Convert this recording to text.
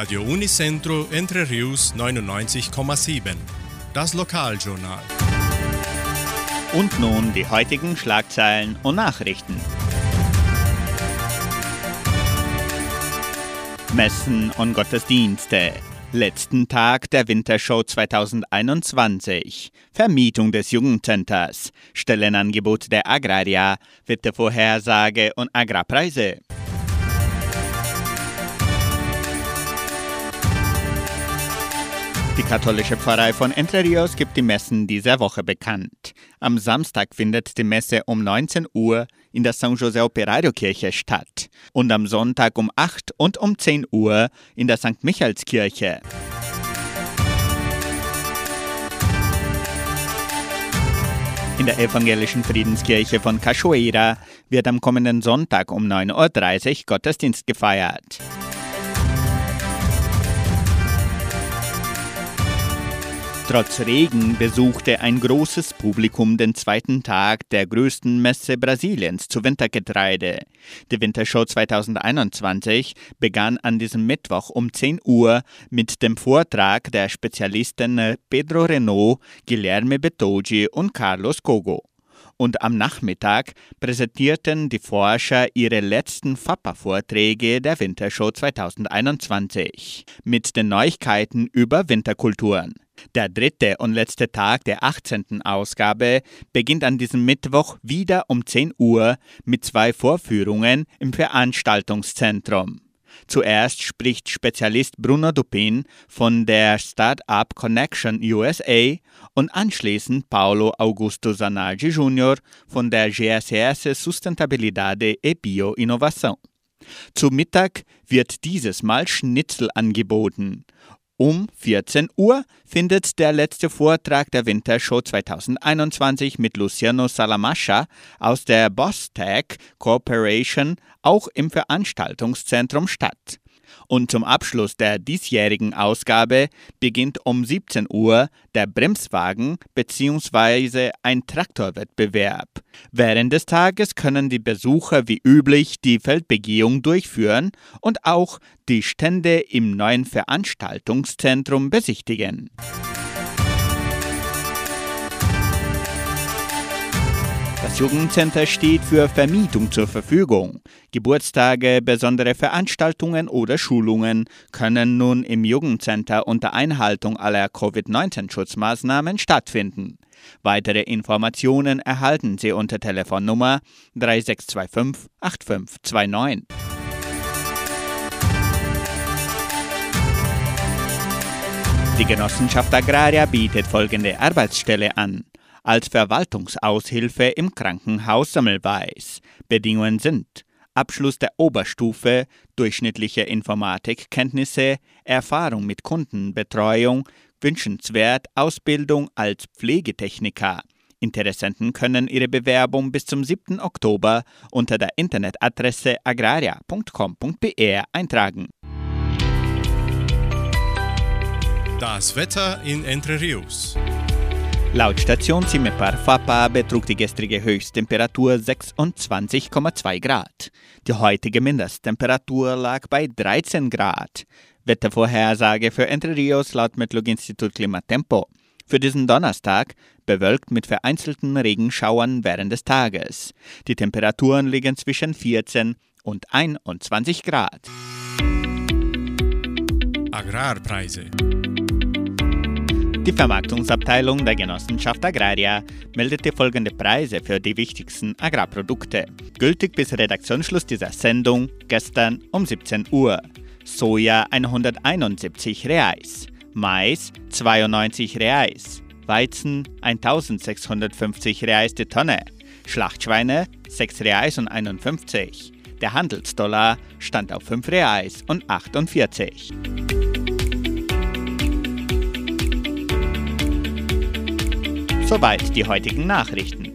Radio Unicentro Entre Rius 99,7. Das Lokaljournal. Und nun die heutigen Schlagzeilen und Nachrichten. Messen und Gottesdienste. Letzten Tag der Wintershow 2021. Vermietung des Jugendcenters. Stellenangebot der Agraria. Wettervorhersage und Agrarpreise. Die katholische Pfarrei von Entre Rios gibt die Messen dieser Woche bekannt. Am Samstag findet die Messe um 19 Uhr in der San José Operario Kirche statt und am Sonntag um 8 und um 10 Uhr in der St. Michaelskirche. In der evangelischen Friedenskirche von Cachoeira wird am kommenden Sonntag um 9.30 Uhr Gottesdienst gefeiert. Trotz Regen besuchte ein großes Publikum den zweiten Tag der größten Messe Brasiliens zu Wintergetreide. Die Wintershow 2021 begann an diesem Mittwoch um 10 Uhr mit dem Vortrag der Spezialisten Pedro Renault, Guilherme Betoggi und Carlos Cogo. Und am Nachmittag präsentierten die Forscher ihre letzten FAPA-Vorträge der Wintershow 2021 mit den Neuigkeiten über Winterkulturen. Der dritte und letzte Tag der 18. Ausgabe beginnt an diesem Mittwoch wieder um 10 Uhr mit 2 Vorführungen im Veranstaltungszentrum. Zuerst spricht Spezialist Bruno Dupin von der Startup Connection USA und anschließend Paulo Augusto Zanardi Jr. von der GSS Sustentabilidade e Bioinnovação. Zu Mittag wird dieses Mal Schnitzel angeboten. Um 14 Uhr findet der letzte Vortrag der Wintershow 2021 mit Luciano Salamascha aus der Bostech Corporation auch im Veranstaltungszentrum statt. Und zum Abschluss der diesjährigen Ausgabe beginnt um 17 Uhr der Bremswagen- bzw. ein Traktorwettbewerb. Während des Tages können die Besucher wie üblich die Feldbegehung durchführen und auch die Stände im neuen Veranstaltungszentrum besichtigen. Das Jugendcenter steht für Vermietung zur Verfügung. Geburtstage, besondere Veranstaltungen oder Schulungen können nun im Jugendcenter unter Einhaltung aller Covid-19-Schutzmaßnahmen stattfinden. Weitere Informationen erhalten Sie unter Telefonnummer 3625 8529. Die Genossenschaft Agraria bietet folgende Arbeitsstelle an. Als Verwaltungsaushilfe im Krankenhaus Semmelweis. Bedingungen sind Abschluss der Oberstufe, durchschnittliche Informatikkenntnisse, Erfahrung mit Kundenbetreuung, wünschenswert Ausbildung als Pflegetechniker. Interessenten können ihre Bewerbung bis zum 7. Oktober unter der Internetadresse agraria.com.br eintragen. Das Wetter in Entre Rios. Laut Station Cimepar FAPA betrug die gestrige Höchsttemperatur 26,2 Grad. Die heutige Mindesttemperatur lag bei 13 Grad. Wettervorhersage für Entre Rios laut Metlog-Institut Klimatempo. Für diesen Donnerstag bewölkt mit vereinzelten Regenschauern während des Tages. Die Temperaturen liegen zwischen 14 und 21 Grad. Agrarpreise. Die Vermarktungsabteilung der Genossenschaft Agraria meldete folgende Preise für die wichtigsten Agrarprodukte. Gültig bis Redaktionsschluss dieser Sendung gestern um 17 Uhr. Soja 171 Reais, Mais 92 Reais, Weizen 1650 Reais die Tonne, Schlachtschweine 6 Reais und 51. Der Handelsdollar stand auf 5 Reais und 48. Soweit die heutigen Nachrichten.